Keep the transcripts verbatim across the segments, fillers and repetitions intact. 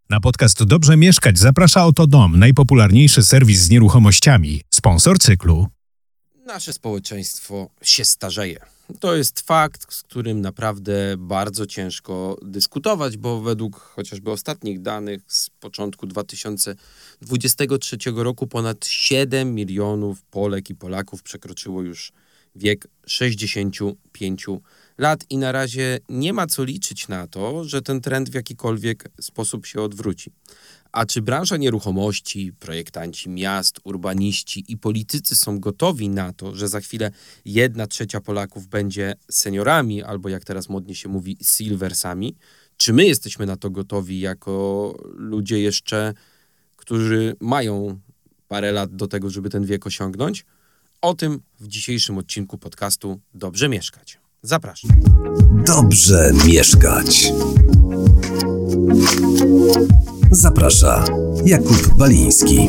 Na podcast Dobrze Mieszkać zaprasza Oto Dom, najpopularniejszy serwis z nieruchomościami. Sponsor cyklu. Nasze społeczeństwo się starzeje. To jest fakt, z którym naprawdę bardzo ciężko dyskutować, bo według chociażby ostatnich danych z początku dwa tysiące dwudziestego trzeciego roku ponad siedem milionów Polek i Polaków przekroczyło już wiek sześćdziesięciu pięciu lat i na razie nie ma co liczyć na to, że ten trend w jakikolwiek sposób się odwróci. A czy branża nieruchomości, projektanci miast, urbaniści i politycy są gotowi na to, że za chwilę jedna trzecia Polaków będzie seniorami, albo jak teraz modnie się mówi, silversami? Czy my jesteśmy na to gotowi jako ludzie jeszcze, którzy mają parę lat do tego, żeby ten wiek osiągnąć? O tym w dzisiejszym odcinku podcastu Dobrze Mieszkać. Zapraszam. Dobrze mieszkać. Zaprasza Jakub Baliński.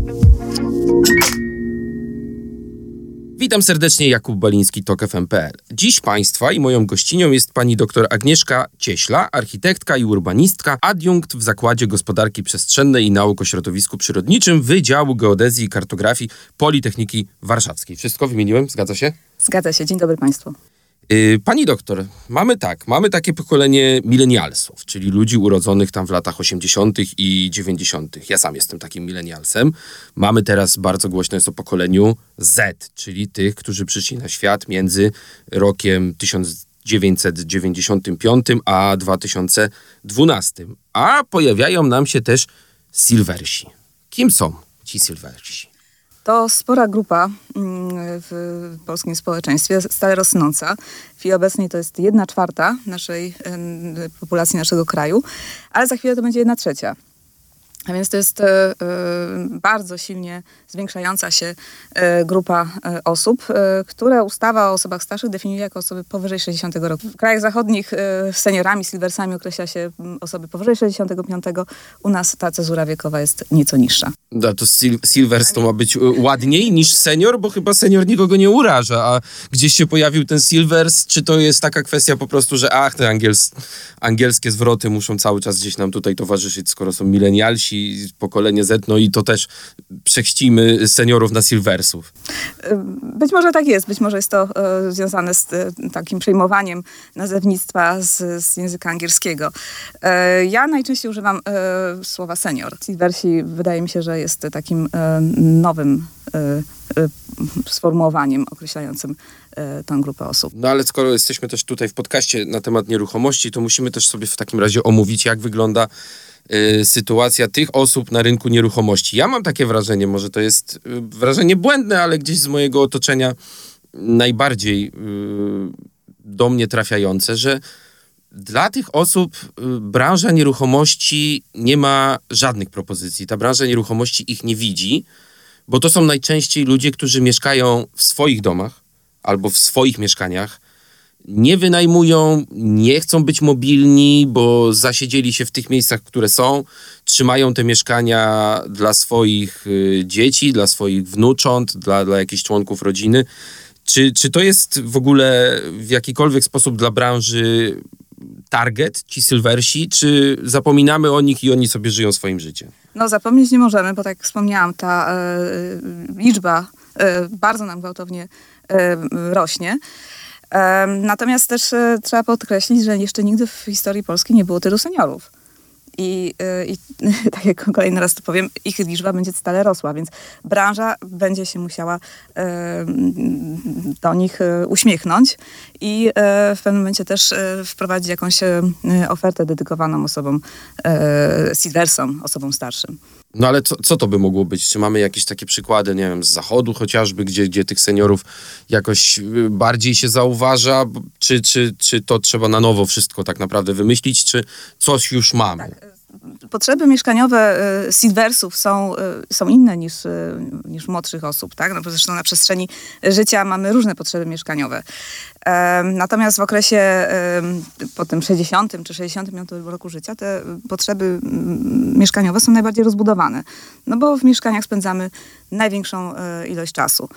Witam serdecznie, Jakub Baliński, Tok F M kropka p l. Dziś Państwa i moją gościnią jest pani dr Agnieszka Cieśla, architektka i urbanistka, adiunkt w Zakładzie Gospodarki Przestrzennej i Nauk o Środowisku Przyrodniczym Wydziału Geodezji i Kartografii Politechniki Warszawskiej. Wszystko wymieniłem? Zgadza się? Zgadza się. Dzień dobry Państwu. Pani doktor, mamy tak, mamy takie pokolenie milenialsów, czyli ludzi urodzonych tam w latach osiemdziesiątych i dziewięćdziesiątych. Ja sam jestem takim milenialsem. Mamy teraz, bardzo głośno jest o pokoleniu Z, czyli tych, którzy przyszli na świat między rokiem tysiąc dziewięćset dziewięćdziesiątym piątym a dwa tysiące dwunastym. A pojawiają nam się też silversi. Kim są ci silversi? To spora grupa w polskim społeczeństwie, stale rosnąca. W chwili obecnej to jest jedna czwarta naszej populacji naszego kraju, ale za chwilę to będzie jedna trzecia. A więc to jest e, bardzo silnie zwiększająca się e, grupa e, osób, e, które ustawa o osobach starszych definiuje jako osoby powyżej sześćdziesiątego roku. W krajach zachodnich e, seniorami, silversami określa się osoby powyżej sześćdziesiątego piątego. U nas ta cezura wiekowa jest nieco niższa. Da, to sil- silvers to ma być ładniej niż senior, bo chyba senior nikogo nie uraża, a gdzieś się pojawił ten silvers, czy to jest taka kwestia po prostu, że ach, te angiels- angielskie zwroty muszą cały czas gdzieś nam tutaj towarzyszyć, skoro są milenialsi, pokolenie Z, no i to też przechcimy seniorów na silversów. Być może tak jest, być może jest to e, związane z e, takim przejmowaniem nazewnictwa z, z języka angielskiego. E, ja najczęściej używam e, słowa senior. Silversi wydaje mi się, że jest takim e, nowym e, e, sformułowaniem określającym e, tę grupę osób. No ale skoro jesteśmy też tutaj w podcaście na temat nieruchomości, to musimy też sobie w takim razie omówić, jak wygląda y, sytuacja tych osób na rynku nieruchomości. Ja mam takie wrażenie, może to jest y, wrażenie błędne, ale gdzieś z mojego otoczenia najbardziej y, do mnie trafiające, że dla tych osób y, branża nieruchomości nie ma żadnych propozycji. Ta branża nieruchomości ich nie widzi, bo to są najczęściej ludzie, którzy mieszkają w swoich domach albo w swoich mieszkaniach, nie wynajmują, nie chcą być mobilni, bo zasiedzieli się w tych miejscach, które są, trzymają te mieszkania dla swoich y, dzieci, dla swoich wnucząt, dla, dla jakichś członków rodziny. Czy, czy to jest w ogóle w jakikolwiek sposób dla branży target, ci silversi, czy zapominamy o nich i oni sobie żyją swoim życiem? No zapomnieć nie możemy, bo tak jak wspomniałam, ta e, liczba e, bardzo nam gwałtownie e, rośnie. E, natomiast też e, trzeba podkreślić, że jeszcze nigdy w historii Polski nie było tylu seniorów. I, i tak jak kolejny raz to powiem, ich liczba będzie stale rosła, więc branża będzie się musiała e, do nich e, uśmiechnąć i e, w pewnym momencie też e, wprowadzić jakąś e, ofertę dedykowaną osobom e, silversom, osobom starszym. No ale co, co to by mogło być? Czy mamy jakieś takie przykłady, nie wiem, z zachodu chociażby, gdzie, gdzie tych seniorów jakoś bardziej się zauważa? Czy, czy, czy to trzeba na nowo wszystko tak naprawdę wymyślić, czy coś już mamy? Tak. Potrzeby mieszkaniowe y, silversów są, y, są inne niż, y, niż młodszych osób, tak? No, bo zresztą na przestrzeni życia mamy różne potrzeby mieszkaniowe. E, natomiast w okresie e, po tym sześćdziesiątym czy sześćdziesiątym piątym roku życia te potrzeby m, mieszkaniowe są najbardziej rozbudowane. No bo w mieszkaniach spędzamy największą e, ilość czasu.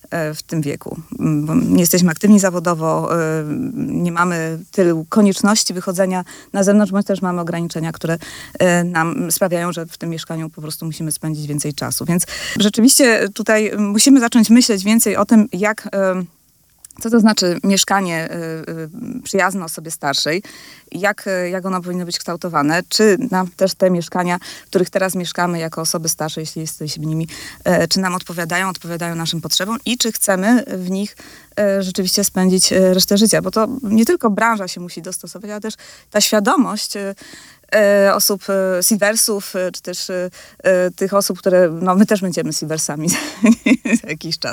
w tym wieku. Bo nie jesteśmy aktywni zawodowo, nie mamy tylu konieczności wychodzenia na zewnątrz, bądź też mamy ograniczenia, które nam sprawiają, że w tym mieszkaniu po prostu musimy spędzić więcej czasu. Więc rzeczywiście tutaj musimy zacząć myśleć więcej o tym, jak... Co to znaczy mieszkanie przyjazne osobie starszej? Jak, jak ono powinno być kształtowane? Czy nam też te mieszkania, w których teraz mieszkamy jako osoby starsze, jeśli jesteśmy nimi, czy nam odpowiadają, odpowiadają naszym potrzebom i czy chcemy w nich rzeczywiście spędzić resztę życia? Bo to nie tylko branża się musi dostosować, ale też ta świadomość osób silversów, czy też tych osób, które, no my też będziemy silversami za jakiś czas.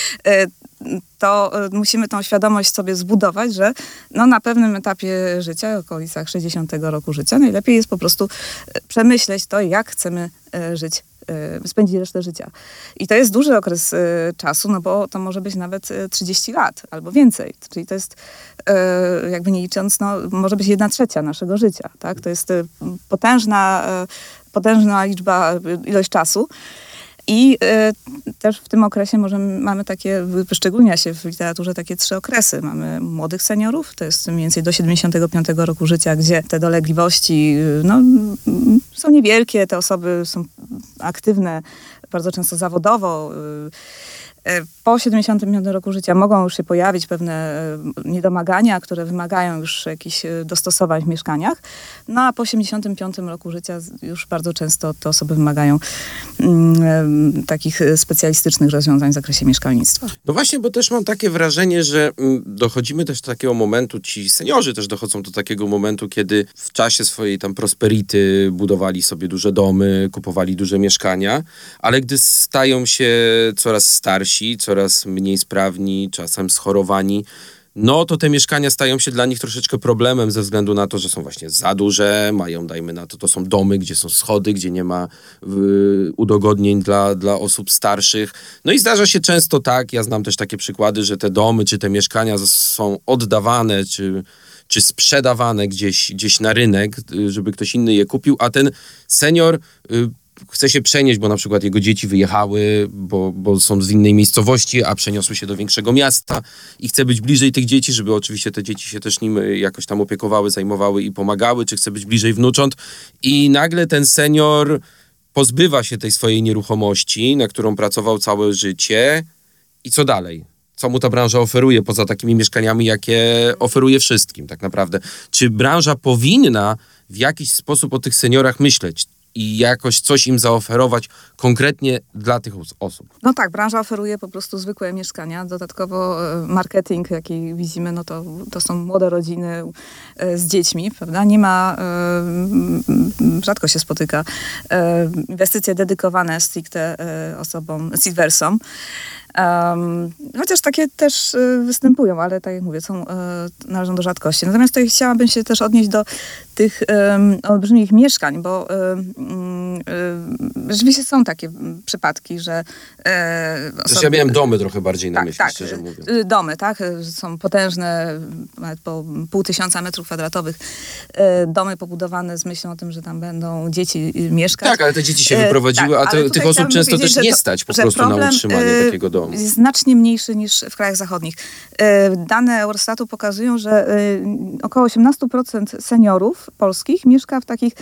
To musimy tą świadomość sobie zbudować, że no na pewnym etapie życia, w okolicach sześćdziesiątego roku życia, najlepiej jest po prostu przemyśleć to, jak chcemy żyć, spędzić resztę życia. I to jest duży okres czasu, no bo to może być nawet trzydzieści lat albo więcej. Czyli to jest, jakby nie licząc, no może być jedna trzecia naszego życia. Tak? To jest potężna, potężna liczba, ilość czasu. I y, też w tym okresie możemy, mamy takie, wyszczególnia się w literaturze takie trzy okresy. Mamy młodych seniorów, to jest mniej więcej do siedemdziesiątego piątego roku życia, gdzie te dolegliwości no, są niewielkie, te osoby są aktywne bardzo często zawodowo. Y, Po siedemdziesiątym piątym roku życia mogą już się pojawić pewne niedomagania, które wymagają już jakichś dostosowań w mieszkaniach. No a po osiemdziesiątym piątym roku życia już bardzo często te osoby wymagają um, takich specjalistycznych rozwiązań w zakresie mieszkalnictwa. No właśnie, bo też mam takie wrażenie, że dochodzimy też do takiego momentu, ci seniorzy też dochodzą do takiego momentu, kiedy w czasie swojej tam prosperity budowali sobie duże domy, kupowali duże mieszkania, ale gdy stają się coraz starsi, coraz mniej sprawni, czasem schorowani, no to te mieszkania stają się dla nich troszeczkę problemem ze względu na to, że są właśnie za duże, mają, dajmy na to, to są domy, gdzie są schody, gdzie nie ma y, udogodnień dla, dla osób starszych. No i zdarza się często tak, ja znam też takie przykłady, że te domy czy te mieszkania są oddawane, czy czy sprzedawane gdzieś, gdzieś na rynek, żeby ktoś inny je kupił, a ten senior y, chce się przenieść, bo na przykład jego dzieci wyjechały, bo, bo są z innej miejscowości, a przeniosły się do większego miasta i chce być bliżej tych dzieci, żeby oczywiście te dzieci się też nim jakoś tam opiekowały, zajmowały i pomagały, czy chce być bliżej wnucząt. I nagle ten senior pozbywa się tej swojej nieruchomości, na którą pracował całe życie. I co dalej? Co mu ta branża oferuje poza takimi mieszkaniami, jakie oferuje wszystkim tak naprawdę? Czy branża powinna w jakiś sposób o tych seniorach myśleć i jakoś coś im zaoferować konkretnie dla tych osób? No tak, branża oferuje po prostu zwykłe mieszkania. Dodatkowo marketing, jaki widzimy, no to, to są młode rodziny z dziećmi, prawda? Nie ma, rzadko się spotyka, inwestycje dedykowane stricte osobom silversom. Um, chociaż takie też y, występują, ale tak jak mówię, są, y, należą do rzadkości. Natomiast tutaj chciałabym się też odnieść do tych y, olbrzymich mieszkań, bo y, y, y, rzeczywiście są takie przypadki, że y, osoby... Ja miałem domy trochę bardziej na tak, myśli, tak, szczerze mówiąc. Y, domy, tak, są potężne, nawet po pół tysiąca metrów kwadratowych, y, domy pobudowane z myślą o tym, że tam będą dzieci mieszkać. Tak, ale te dzieci się wyprowadziły, y, tak, a te, tych osób często też nie stać po prostu problem, na utrzymanie y, takiego domu. Jest znacznie mniejszy niż w krajach zachodnich. Dane Eurostatu pokazują, że około osiemnaście procent seniorów polskich mieszka w takich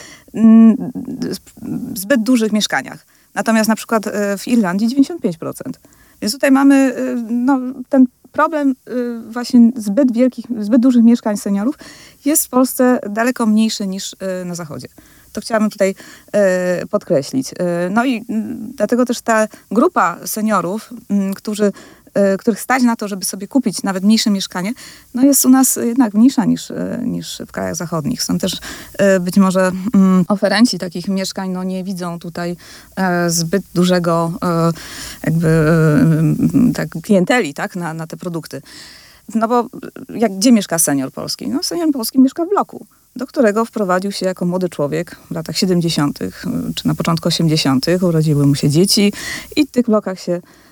zbyt dużych mieszkaniach. Natomiast na przykład w Irlandii dziewięćdziesiąt pięć procent. Więc tutaj mamy no, ten problem właśnie zbyt wielkich, zbyt dużych mieszkań seniorów jest w Polsce daleko mniejszy niż na Zachodzie. To chciałabym tutaj e, podkreślić. E, no i m, dlatego też ta grupa seniorów, m, którzy, e, których stać na to, żeby sobie kupić nawet mniejsze mieszkanie, no jest u nas jednak mniejsza niż, e, niż w krajach zachodnich. Są też e, być może m, oferenci takich mieszkań, no nie widzą tutaj e, zbyt dużego e, jakby e, tak, klienteli, tak, na, na te produkty. No bo jak, gdzie mieszka senior polski? No senior polski mieszka w bloku, do którego wprowadził się jako młody człowiek w latach siedemdziesiątych czy na początku osiemdziesiątych. Urodziły mu się dzieci i w tych blokach się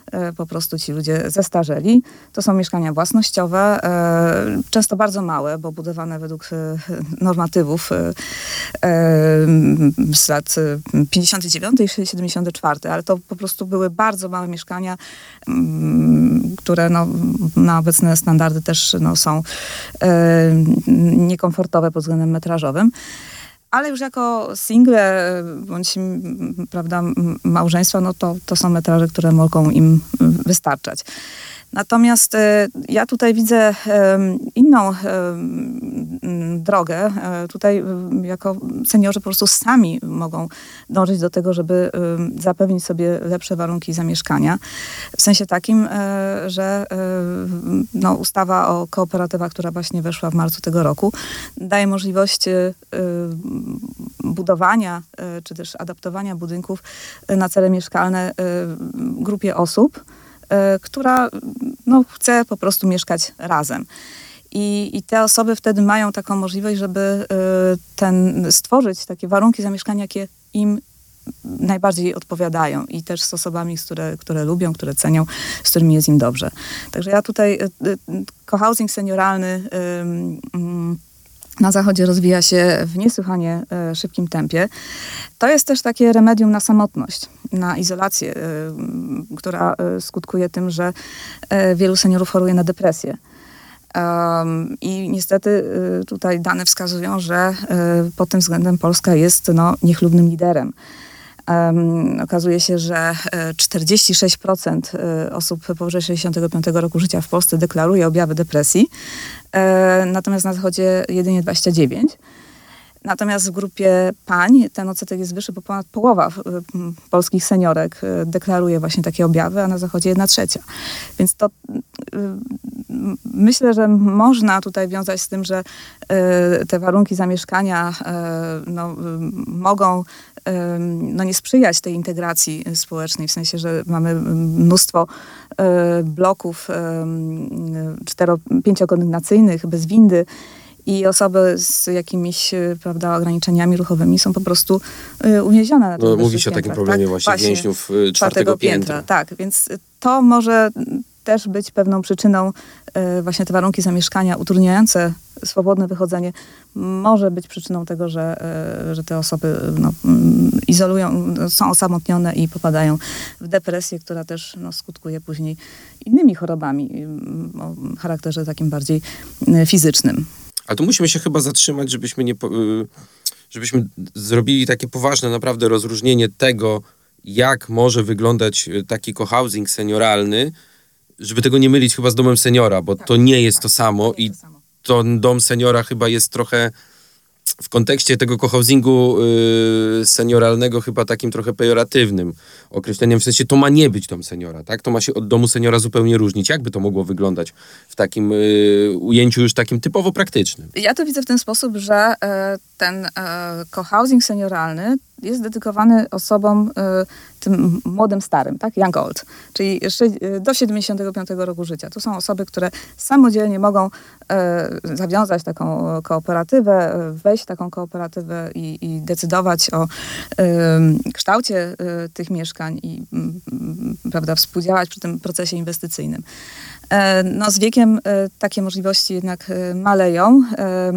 e, po prostu ci ludzie zestarzeli. To są mieszkania własnościowe, e, często bardzo małe, bo budowane według e, normatywów e, e, z lat pięćdziesiątych dziewiątych i siedemdziesiątych czwartych, ale to po prostu były bardzo małe mieszkania, m, które no, na obecne standardy też no, są e, niekomfortowe pod względem metrażowym. Ale już jako single bądź prawda, małżeństwa, no to, to są metraże, które mogą im wystarczać. Natomiast e, ja tutaj widzę e, inną e, drogę. E, tutaj e, jako seniorzy po prostu sami mogą dążyć do tego, żeby e, zapewnić sobie lepsze warunki zamieszkania. W sensie takim, e, że e, no, ustawa o kooperatywach, która właśnie weszła w marcu tego roku, daje możliwość e, budowania e, czy też adaptowania budynków na cele mieszkalne e, grupie osób, która no, chce po prostu mieszkać razem. I, I te osoby wtedy mają taką możliwość, żeby ten, stworzyć takie warunki zamieszkania, jakie im najbardziej odpowiadają i też z osobami, które, które lubią, które cenią, z którymi jest im dobrze. Także ja tutaj cohousing senioralny na Zachodzie rozwija się w niesłychanie e, szybkim tempie. To jest też takie remedium na samotność, na izolację, e, która e, skutkuje tym, że e, wielu seniorów choruje na depresję. Um, I niestety e, tutaj dane wskazują, że e, pod tym względem Polska jest no, niechlubnym liderem. Um, okazuje się, że czterdzieści sześć procent osób powyżej sześćdziesiątego piątego roku życia w Polsce deklaruje objawy depresji, e, natomiast na Zachodzie jedynie dwadzieścia dziewięć procent. Natomiast w grupie pań ten odsetek jest wyższy, bo ponad połowa y, polskich seniorek y, deklaruje właśnie takie objawy, a na Zachodzie jedna trzecia. Więc to y, myślę, że można tutaj wiązać z tym, że y, te warunki zamieszkania y, no, y, mogą y, no, nie sprzyjać tej integracji społecznej, w sensie, że mamy mnóstwo y, bloków y, cztero-, pięciokondygnacyjnych, bez windy, i osoby z jakimiś, prawda, ograniczeniami ruchowymi są po prostu y, uwięzione na tym No, mówi się o takim problemie tak? właśnie, właśnie więźniów y, czwartego piętra. piętra. Tak, więc to może też być pewną przyczyną, y, właśnie te warunki zamieszkania utrudniające swobodne wychodzenie, może być przyczyną tego, że, y, że te osoby no, izolują, są osamotnione i popadają w depresję, która też no, skutkuje później innymi chorobami y, o charakterze takim bardziej y, fizycznym. A tu musimy się chyba zatrzymać, żebyśmy nie, żebyśmy zrobili takie poważne naprawdę rozróżnienie tego, jak może wyglądać taki cohousing senioralny, żeby tego nie mylić chyba z domem seniora, bo tak, to nie jest tak, to samo i to dom seniora chyba jest trochę w kontekście tego cohousingu yy, senioralnego chyba takim trochę pejoratywnym określeniem, w sensie to ma nie być dom seniora, tak? To ma się od domu seniora zupełnie różnić. Jak by to mogło wyglądać w takim yy, ujęciu już takim typowo praktycznym? Ja to widzę w ten sposób, że e, ten e, cohousing senioralny jest dedykowany osobom e, tym młodym starym, tak? Young old, czyli jeszcze do siedemdziesiątego piątego roku życia. To są osoby, które samodzielnie mogą e, zawiązać taką kooperatywę, wejść w taką kooperatywę i, i decydować o e, kształcie e, tych mieszkań i m, prawda, współdziałać przy tym procesie inwestycyjnym. E, no z wiekiem e, takie możliwości jednak e, maleją. E,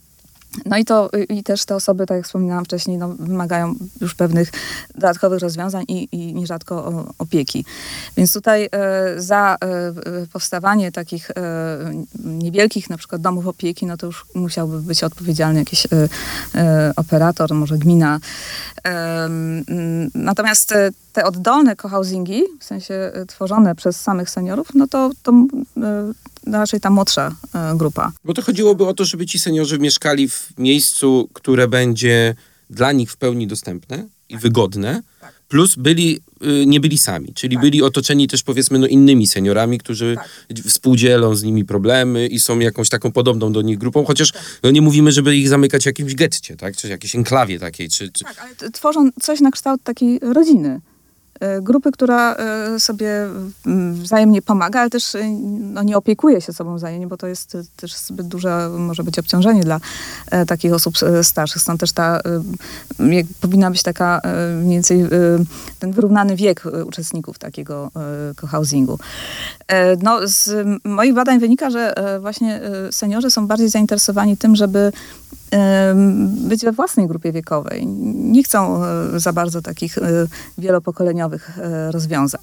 No i to i też te osoby, tak jak wspominałam wcześniej, no, wymagają już pewnych dodatkowych rozwiązań i, i nierzadko o, opieki. Więc tutaj e, za e, powstawanie takich e, niewielkich na przykład domów opieki, no to już musiałby być odpowiedzialny jakiś e, e, operator, może gmina. E, natomiast te oddolne cohousingi, w sensie e, tworzone przez samych seniorów, no to, to e, raczej ta młodsza e, grupa. Bo to chodziłoby o to, żeby ci seniorzy mieszkali w miejscu, które będzie dla nich w pełni dostępne i tak. wygodne, tak. plus byli, y, nie byli sami, czyli tak. byli otoczeni też powiedzmy no, innymi seniorami, którzy tak. współdzielą z nimi problemy i są jakąś taką podobną do nich grupą, chociaż tak. no, nie mówimy, żeby ich zamykać w jakimś getcie, tak? Czy jakiejś enklawie takiej. Czy, czy... Tak, ale t- tworzą coś na kształt takiej rodziny. e, grupy, która e, sobie mm, wzajemnie pomaga, ale też e, no, nie opiekuje się sobą wzajemnie, bo to jest e, też zbyt duże, może być obciążenie dla e, takich osób e, starszych. Stąd też ta, e, jak, powinna być taka e, mniej więcej e, ten wyrównany wiek e, uczestników takiego e, cohousingu. E, no, z moich badań wynika, że e, właśnie e, seniorzy są bardziej zainteresowani tym, żeby być we własnej grupie wiekowej. Nie chcą za bardzo takich wielopokoleniowych rozwiązań.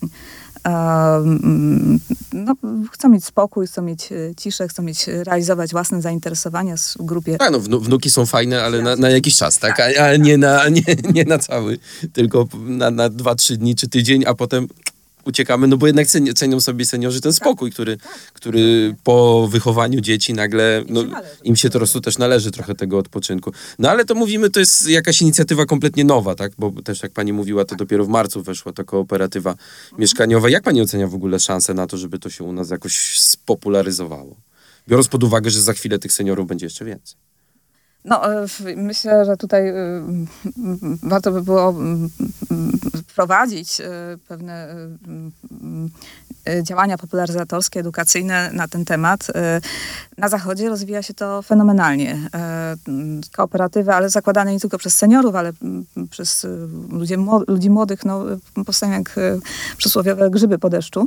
No, chcą mieć spokój, chcą mieć ciszę, chcą mieć, realizować własne zainteresowania w grupie. A no, wnu, wnuki są fajne, ale na, na jakiś czas, tak? tak. A, a nie, na, nie, nie na cały, tylko na, na dwa, trzy dni czy tydzień, a potem uciekamy, no bo jednak cenią, cenią sobie seniorzy ten spokój, tak, który, tak, który po wychowaniu dzieci nagle, no, im się po prostu też należy trochę tego odpoczynku. No ale to mówimy, to jest jakaś inicjatywa kompletnie nowa, tak? Bo też jak pani mówiła, to dopiero w marcu weszła ta kooperatywa mhm. mieszkaniowa. Jak pani ocenia w ogóle szansę na to, żeby to się u nas jakoś spopularyzowało? Biorąc pod uwagę, że za chwilę tych seniorów będzie jeszcze więcej. No, myślę, że tutaj warto by było wprowadzić pewne działania popularyzatorskie, edukacyjne na ten temat. Na Zachodzie rozwija się to fenomenalnie. Kooperatywy, ale zakładane nie tylko przez seniorów, ale przez ludzi, ludzi młodych, no, powstają jak przysłowiowe grzyby po deszczu.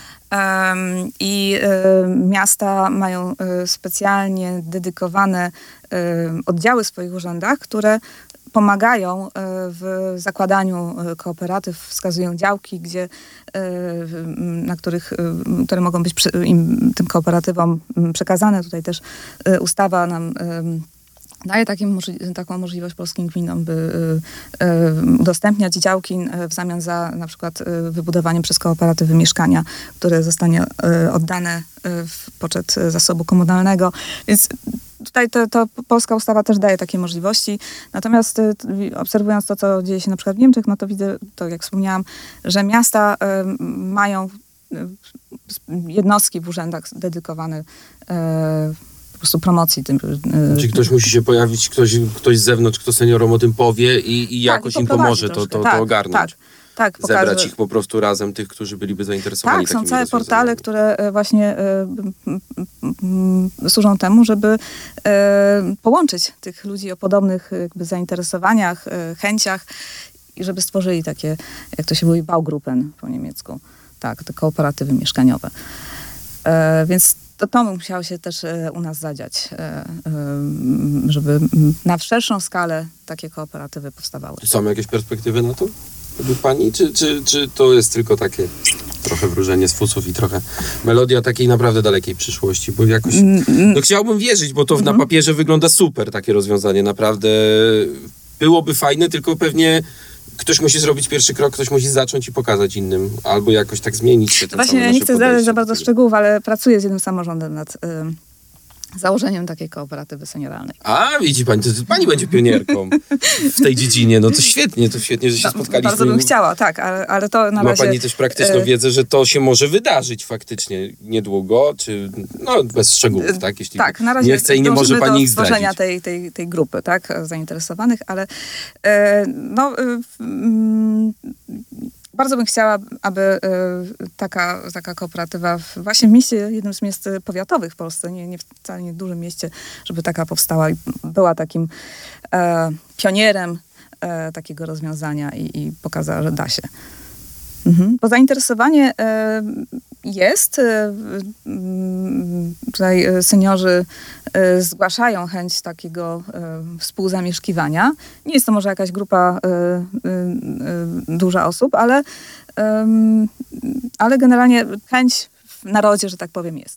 I miasta mają specjalnie dedykowane oddziały w swoich urzędach, które pomagają w zakładaniu kooperatyw, wskazują działki, gdzie, na których, które mogą być im, tym kooperatywom przekazane. Tutaj też ustawa nam daje takim, taką możliwość polskim gminom, by y, y, udostępniać działki w zamian za na przykład y, wybudowanie przez kooperatywy mieszkania, które zostanie y, oddane y, w poczet zasobu komunalnego. Więc tutaj to, to polska ustawa też daje takie możliwości. Natomiast y, obserwując to, co dzieje się na przykład w Niemczech, no to widzę, to jak wspomniałam, że miasta y, mają y, jednostki w urzędach dedykowane y, po prostu promocji tym. Czy ktoś musi się pojawić, ktoś, ktoś z zewnątrz, kto seniorom o tym powie i, i jakoś tak, i im pomoże to, to, tak, to ogarnąć. Tak, tak, pokażę. Zebrać ich po prostu razem, tych, którzy byliby zainteresowani. Tak, są całe portale, które właśnie y, y, służą temu, żeby y, połączyć tych ludzi o podobnych jakby zainteresowaniach, y, chęciach i żeby stworzyli takie, jak to się mówi, Baugruppen po niemiecku. Tak, te kooperatywy mieszkaniowe. Y, więc To, to musiało się też u nas zadziać, żeby na szerszą skalę takie kooperatywy powstawały. Są jakieś perspektywy na to według pani? Czy, czy, czy to jest tylko takie trochę wróżenie z fusów i trochę melodia takiej naprawdę dalekiej przyszłości? Bo jakoś, no chciałbym wierzyć, bo to na papierze wygląda super, takie rozwiązanie. Naprawdę byłoby fajne, tylko pewnie ktoś musi zrobić pierwszy krok, ktoś musi zacząć i pokazać innym, albo jakoś tak zmienić się. Ten Właśnie ja nie chcę zdradzać za bardzo szczegółów, ale pracuję z jednym samorządem nad y, założeniem takiej kooperatywy senioralnej. A, widzi pani, to pani będzie pionierką w tej dziedzinie. No to świetnie, to świetnie, że się no, spotkaliśmy. Bardzo bym chciała, tak, ale, ale to na Ma razie... Ma pani też praktyczną y- wiedzę, że to się może wydarzyć faktycznie niedługo, czy no bez szczegółów, tak? Jeśli tak, na razie nie chce i nie może pani ich zdradzić. do stworzenia tej, tej, tej grupy, tak, zainteresowanych, ale y, no... Y, y, Bardzo bym chciała, aby y, taka, taka kooperatywa w, właśnie w mieście, jednym z miast powiatowych w Polsce, nie, nie wcale nie w dużym mieście, żeby taka powstała i była takim e, pionierem e, takiego rozwiązania i, i pokazała, że da się. Mhm. Bo zainteresowanie e, jest. E, tutaj seniorzy e, zgłaszają chęć takiego e, współzamieszkiwania. Nie jest to może jakaś grupa e, e, duża osób, ale, e, ale generalnie chęć w narodzie, że tak powiem, jest.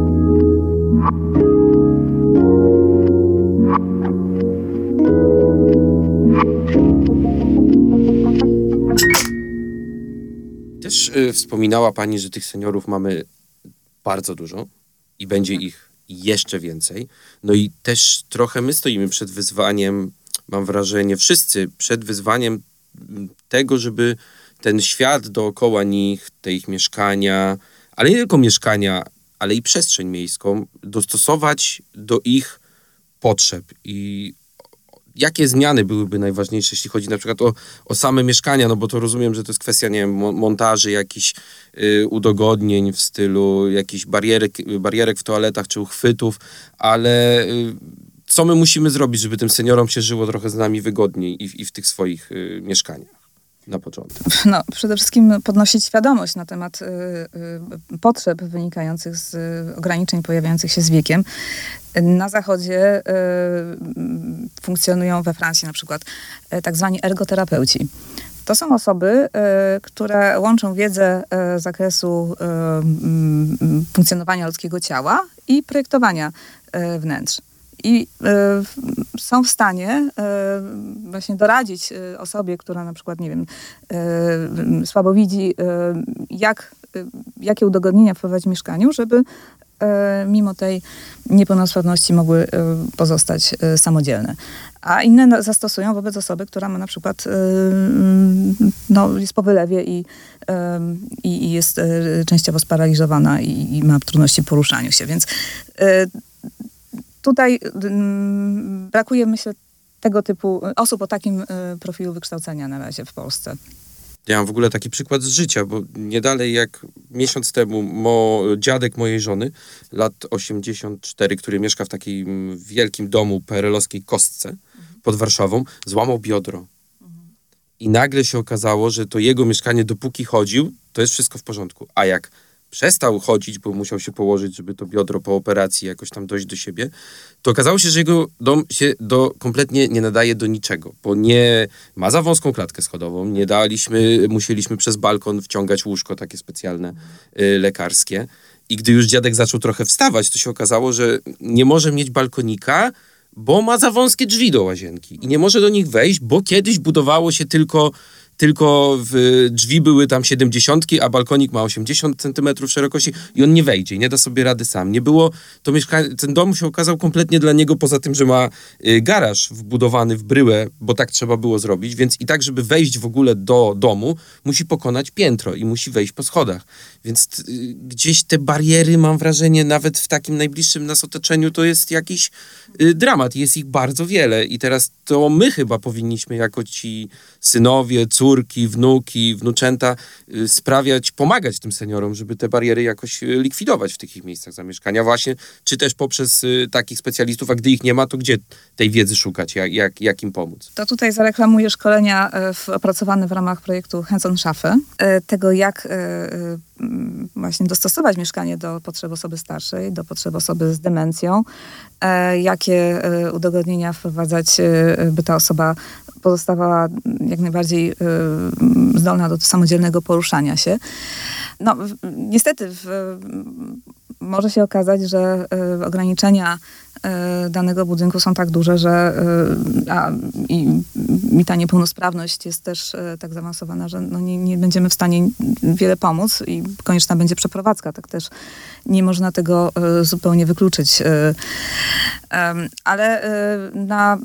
Też y, wspominała pani, że tych seniorów mamy bardzo dużo i będzie ich jeszcze więcej. No i też trochę my stoimy przed wyzwaniem, mam wrażenie, wszyscy przed wyzwaniem tego, żeby ten świat dookoła nich, te ich mieszkania, ale nie tylko mieszkania, ale i przestrzeń miejską dostosować do ich potrzeb. I jakie zmiany byłyby najważniejsze, jeśli chodzi na przykład o, o same mieszkania, no bo to rozumiem, że to jest kwestia, nie wiem, montaży, jakichś y, udogodnień w stylu jakichś barierek, barierek w toaletach czy uchwytów, ale y, co my musimy zrobić, żeby tym seniorom się żyło trochę z nami wygodniej i, w- i w tych swoich y, mieszkaniach na początek? No, przede wszystkim podnosić świadomość na temat y, y, potrzeb wynikających z y, ograniczeń pojawiających się z wiekiem. Na Zachodzie y, funkcjonują we Francji na przykład y, tak zwani ergoterapeuci. To są osoby, y, które łączą wiedzę y, z zakresu y, y, funkcjonowania ludzkiego ciała i projektowania y, wnętrz. I y, są w stanie y, właśnie doradzić y, osobie, która na przykład, nie wiem, y, słabo widzi, y, jak, y, jakie udogodnienia wprowadzić w mieszkaniu, żeby y, mimo tej niepełnosprawności mogły y, pozostać y, samodzielne. A inne na- zastosują wobec osoby, która ma na przykład y, no, jest po wylewie i, y, i, i jest y, częściowo sparaliżowana i, i ma trudności w poruszaniu się. Więc y, Tutaj mm, brakuje, myślę, tego typu osób o takim y, profilu wykształcenia na razie w Polsce. Ja mam w ogóle taki przykład z życia, bo nie dalej jak miesiąc temu mo, dziadek mojej żony, lat osiemdziesiąt cztery, który mieszka w takim wielkim domu pe er el-owskiej Kostce pod Warszawą, złamał biodro. I nagle się okazało, że to jego mieszkanie, dopóki chodził, to jest wszystko w porządku. A jak przestał chodzić, bo musiał się położyć, żeby to biodro po operacji jakoś tam dojść do siebie, to okazało się, że jego dom się do, kompletnie nie nadaje do niczego, bo nie ma za wąską klatkę schodową, nie daliśmy, musieliśmy przez balkon wciągać łóżko takie specjalne, y, lekarskie. I gdy już dziadek zaczął trochę wstawać, to się okazało, że nie może mieć balkonika, bo ma za wąskie drzwi do łazienki i nie może do nich wejść, bo kiedyś budowało się tylko tylko w, drzwi były tam siedemdziesiątki, a balkonik ma osiemdziesiąt centymetrów szerokości i on nie wejdzie, nie da sobie rady sam. Nie było, to mieszka- ten dom się okazał kompletnie dla niego, poza tym, że ma y, garaż wbudowany w bryłę, bo tak trzeba było zrobić, więc i tak, żeby wejść w ogóle do domu, musi pokonać piętro i musi wejść po schodach. Więc y, gdzieś te bariery, mam wrażenie, nawet w takim najbliższym nas otoczeniu, to jest jakiś y, dramat. Jest ich bardzo wiele i teraz to my chyba powinniśmy jako ci synowie, córki, wnuki, wnuczęta y, sprawiać, pomagać tym seniorom, żeby te bariery jakoś y, likwidować w tych ich miejscach zamieszkania właśnie, czy też poprzez y, takich specjalistów, a gdy ich nie ma, to gdzie tej wiedzy szukać, jak, jak, jak im pomóc? To tutaj zareklamuję szkolenia e, w, opracowane w ramach projektu Hands on Szafy, e, tego jak e, e, m, właśnie dostosować mieszkanie do potrzeb osoby starszej, do potrzeb osoby z demencją, e, jakie e, udogodnienia wprowadzać, e, by ta osoba pozostawała jak najbardziej y, zdolna do samodzielnego poruszania się. No, w, niestety w, może się okazać, że y, ograniczenia y, danego budynku są tak duże, że y, a, i, i ta niepełnosprawność jest też y, tak zaawansowana, że no, nie, nie będziemy w stanie wiele pomóc i konieczna będzie przeprowadzka. Tak też nie można tego y, zupełnie wykluczyć. Y, y, ale y, na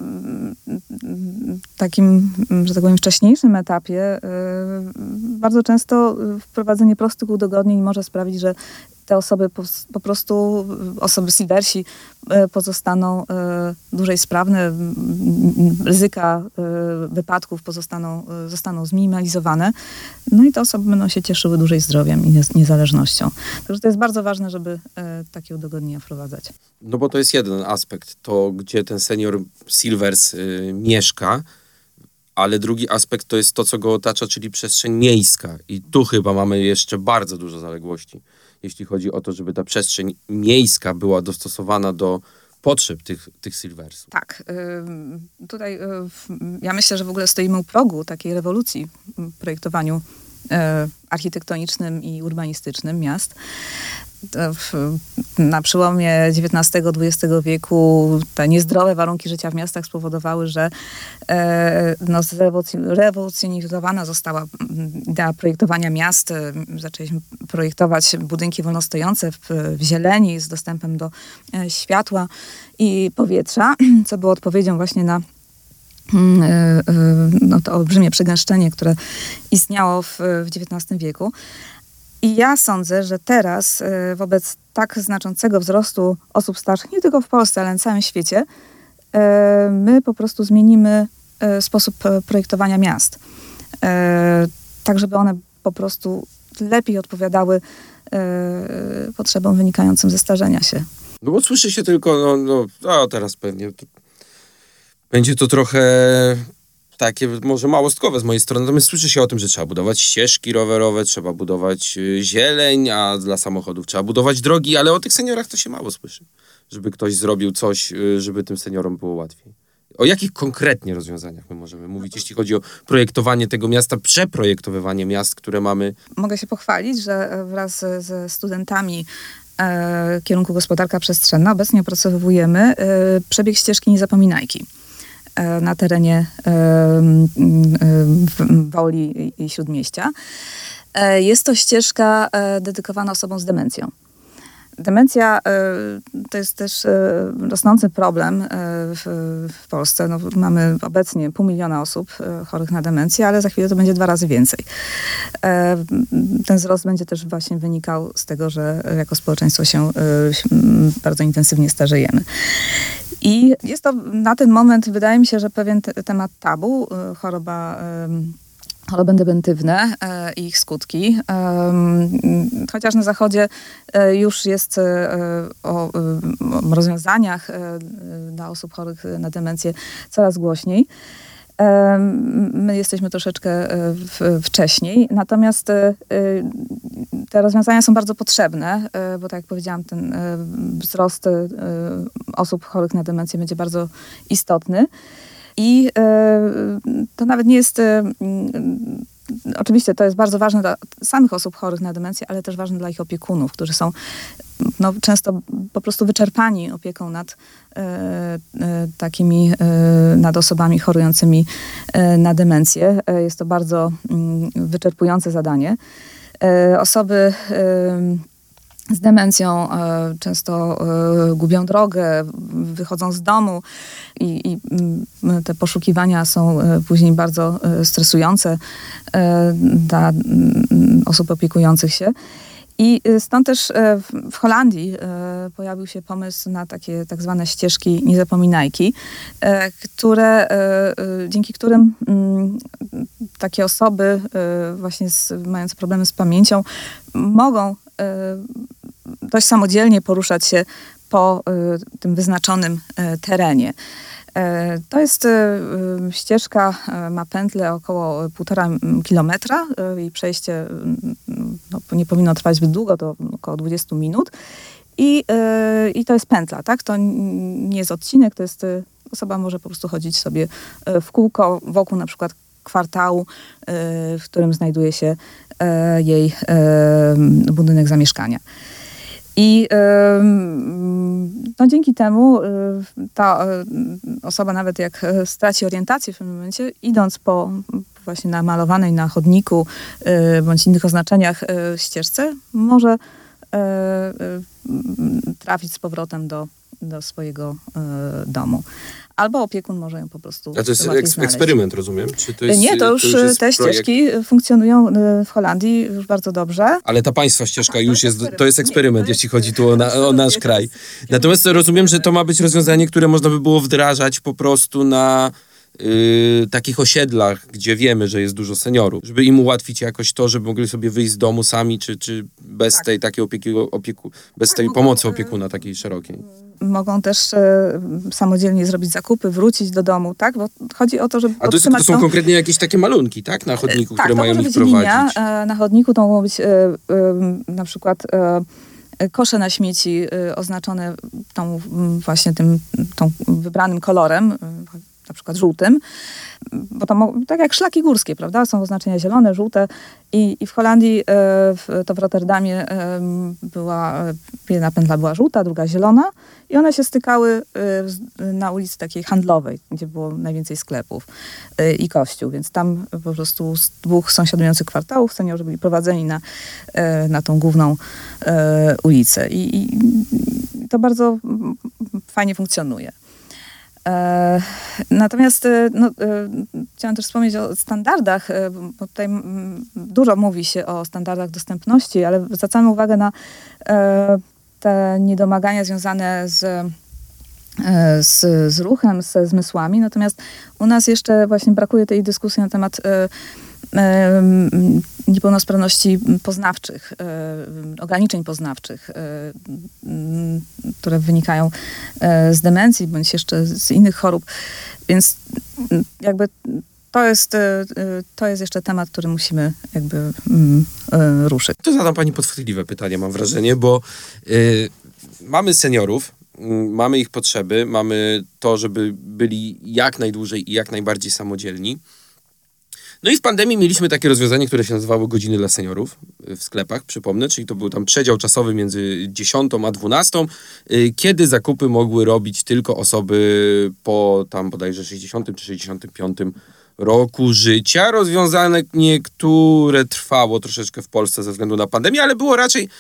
y, takim, że tak powiem, wcześniejszym etapie y, bardzo często wprowadzenie prostych udogodnień może sprawić, że te osoby po, po prostu, osoby silversi y, pozostaną y, dłużej sprawne, y, ryzyka y, wypadków pozostaną, y, zostaną zminimalizowane, no i te osoby będą się cieszyły dłużej zdrowiem i niez, niezależnością. Także to jest bardzo ważne, żeby y, takie udogodnienia wprowadzać. No bo to jest jeden aspekt, to gdzie ten senior Silvers y, mieszka, ale drugi aspekt to jest to, co go otacza, czyli przestrzeń miejska. I tu chyba mamy jeszcze bardzo dużo zaległości, jeśli chodzi o to, żeby ta przestrzeń miejska była dostosowana do potrzeb tych, tych Silversów. Tak. Y, tutaj y, ja myślę, że w ogóle stoimy u progu takiej rewolucji w projektowaniu y, architektonicznym i urbanistycznym miast. W, na przełomie dziewiętnastego dwudziestego wieku te niezdrowe warunki życia w miastach spowodowały, że e, no, zrewolucjonizowana została idea projektowania miast. Zaczęliśmy projektować budynki wolnostojące w, w zieleni z dostępem do e, światła i powietrza, co było odpowiedzią właśnie na no, to olbrzymie przegęszczenie, które istniało w, w dziewiętnastym wieku. I ja sądzę, że teraz y, wobec tak znaczącego wzrostu osób starszych, nie tylko w Polsce, ale na całym świecie, e, my po prostu zmienimy e, sposób projektowania miast. E, tak, żeby one po prostu lepiej odpowiadały e, potrzebom wynikającym ze starzenia się. No bo słyszy się tylko, no, no, no teraz pewnie to, będzie to trochę takie może małostkowe z mojej strony, natomiast słyszy się o tym, że trzeba budować ścieżki rowerowe, trzeba budować y, zieleń, a dla samochodów trzeba budować drogi, ale o tych seniorach to się mało słyszy. Żeby ktoś zrobił coś, y, żeby tym seniorom było łatwiej. O jakich konkretnie rozwiązaniach my możemy mówić, jeśli chodzi o projektowanie tego miasta, przeprojektowywanie miast, które mamy? Mogę się pochwalić, że wraz ze studentami e, kierunku gospodarka przestrzenna obecnie opracowujemy e, przebieg ścieżki Niezapominajki e, na terenie e, e, Woli i Śródmieścia. E, jest to ścieżka e, dedykowana osobom z demencją. Demencja to jest też rosnący problem w, w Polsce. No, mamy obecnie pół miliona osób chorych na demencję, ale za chwilę to będzie dwa razy więcej. Ten wzrost będzie też właśnie wynikał z tego, że jako społeczeństwo się bardzo intensywnie starzejemy. I jest to na ten moment, wydaje mi się, że pewien te, temat tabu, choroba choroby dementywne e, i ich skutki. E, chociaż na Zachodzie e, już jest e, o, o rozwiązaniach e, dla osób chorych na demencję coraz głośniej. E, my jesteśmy troszeczkę w, wcześniej, natomiast e, te rozwiązania są bardzo potrzebne, e, bo tak jak powiedziałam, ten e, wzrost e, osób chorych na demencję będzie bardzo istotny. I to nawet nie jest, oczywiście to jest bardzo ważne dla samych osób chorych na demencję, ale też ważne dla ich opiekunów, którzy są no, często po prostu wyczerpani opieką nad takimi, nad osobami chorującymi na demencję. Jest to bardzo wyczerpujące zadanie. Osoby z demencją e, często e, gubią drogę, wychodzą z domu i, i m, te poszukiwania są e, później bardzo e, stresujące e, dla m, osób opiekujących się. I stąd też e, w, w Holandii e, pojawił się pomysł na takie tak zwane ścieżki Niezapominajki, e, które, e, e, dzięki którym m, takie osoby e, właśnie z, mające problemy z pamięcią mogą dość samodzielnie poruszać się po tym wyznaczonym terenie. To jest ścieżka, ma pętlę około półtora kilometra i przejście no, nie powinno trwać zbyt długo, to około dwadzieścia minut. I, I to jest pętla, tak? To nie jest odcinek, to jest, osoba może po prostu chodzić sobie w kółko wokół na przykład kwartału, w którym znajduje się jej budynek zamieszkania. I no, dzięki temu ta osoba, nawet jak straci orientację w pewnym momencie, idąc po właśnie namalowanej na chodniku bądź innych oznaczeniach ścieżce, może trafić z powrotem do, do swojego domu. Albo opiekun może ją po prostu A to jest eks- eksperyment, rozumiem? Czy to jest, Nie, to już, to już te ścieżki projekt? funkcjonują w Holandii już bardzo dobrze. Ale ta państwa ścieżka Aha, już jest, jest to jest eksperyment, Nie, jeśli chodzi tu o, na, o nasz kraj. Natomiast rozumiem, że to ma być rozwiązanie, które można by było wdrażać po prostu na Yy, takich osiedlach, gdzie wiemy, że jest dużo seniorów, żeby im ułatwić jakoś to, żeby mogli sobie wyjść z domu sami, czy, czy bez tak. tej takiej opieki, opieku, bez tak, tej mogą, pomocy opiekuna takiej szerokiej. Mogą też e, samodzielnie zrobić zakupy, wrócić do domu, tak? Bo chodzi o to, żeby A to, jest, to są tą... konkretnie jakieś takie malunki, tak? Na chodniku, tak, które mają ich prowadzić. Linia, e, na chodniku to mogą być e, e, na przykład e, kosze na śmieci e, oznaczone tą właśnie tym tą wybranym kolorem, e, na przykład żółtym, bo to tak jak szlaki górskie, prawda? Są oznaczenia zielone, żółte i, i w Holandii, w, to w Rotterdamie była, jedna pętla była żółta, druga zielona i one się stykały na ulicy takiej handlowej, gdzie było najwięcej sklepów i kościół, więc tam po prostu z dwóch sąsiadujących kwartałów seniorzy byli prowadzeni na, na tą główną ulicę i, i to bardzo fajnie funkcjonuje. E, natomiast no, e, chciałam też wspomnieć o standardach, e, bo tutaj m, dużo mówi się o standardach dostępności, ale zwracamy uwagę na e, te niedomagania związane z z, z ruchem, ze zmysłami. Natomiast u nas jeszcze właśnie brakuje tej dyskusji na temat niepełnosprawności poznawczych, ograniczeń poznawczych, które wynikają z demencji bądź jeszcze z innych chorób. Więc jakby to jest, to jest jeszcze temat, który musimy jakby ruszyć. To zadam pani podchwytliwe pytanie, mam wrażenie, bo y, mamy seniorów, y, mamy ich potrzeby, mamy to, żeby byli jak najdłużej i jak najbardziej samodzielni. No i w pandemii mieliśmy takie rozwiązanie, które się nazywało godziny dla seniorów w sklepach, przypomnę, czyli to był tam przedział czasowy między dziesiątą a dwunastą, kiedy zakupy mogły robić tylko osoby po tam bodajże sześćdziesiątym czy sześćdziesiątym piątym roku życia. Rozwiązanie, które trwało troszeczkę w Polsce ze względu na pandemię, ale było raczej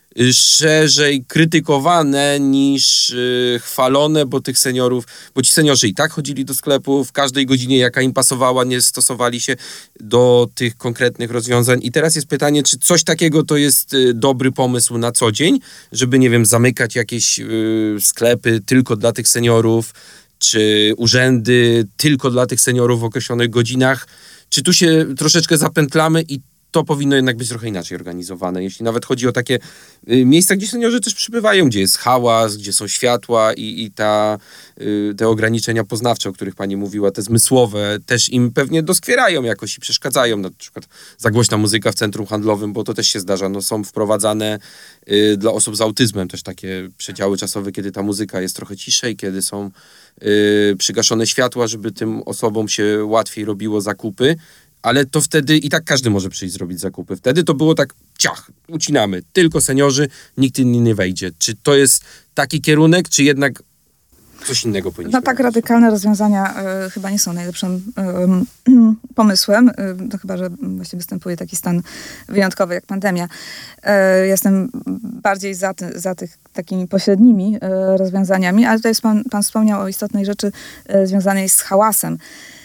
szerzej krytykowane niż y, chwalone, bo tych seniorów, bo ci seniorzy i tak chodzili do sklepu w każdej godzinie, jaka im pasowała, nie stosowali się do tych konkretnych rozwiązań. I teraz jest pytanie, czy coś takiego to jest y, dobry pomysł na co dzień, żeby, nie wiem, zamykać jakieś y, sklepy tylko dla tych seniorów, czy urzędy tylko dla tych seniorów w określonych godzinach, czy tu się troszeczkę zapętlamy i to powinno jednak być trochę inaczej organizowane. Jeśli nawet chodzi o takie y, miejsca, gdzie seniorzy też przybywają, gdzie jest hałas, gdzie są światła i, i ta, y, te ograniczenia poznawcze, o których pani mówiła, te zmysłowe, też im pewnie doskwierają jakoś i przeszkadzają. Na przykład za głośna muzyka w centrum handlowym, bo to też się zdarza. No, są wprowadzane y, dla osób z autyzmem też takie przedziały czasowe, kiedy ta muzyka jest trochę ciszej, kiedy są y, przygaszone światła, żeby tym osobom się łatwiej robiło zakupy. Ale to wtedy i tak każdy może przyjść zrobić zakupy. Wtedy to było tak, ciach, ucinamy. Tylko seniorzy, nikt inny nie wejdzie. Czy to jest taki kierunek, czy jednak coś innego powinniśmy No tak robić? radykalne rozwiązania y, chyba nie są najlepszym y, pomysłem. Y, no chyba, że właśnie występuje taki stan wyjątkowy jak pandemia. Y, jestem bardziej za, ty, za tych takimi pośrednimi y, rozwiązaniami, ale tutaj pan, pan wspomniał o istotnej rzeczy y, związanej z hałasem.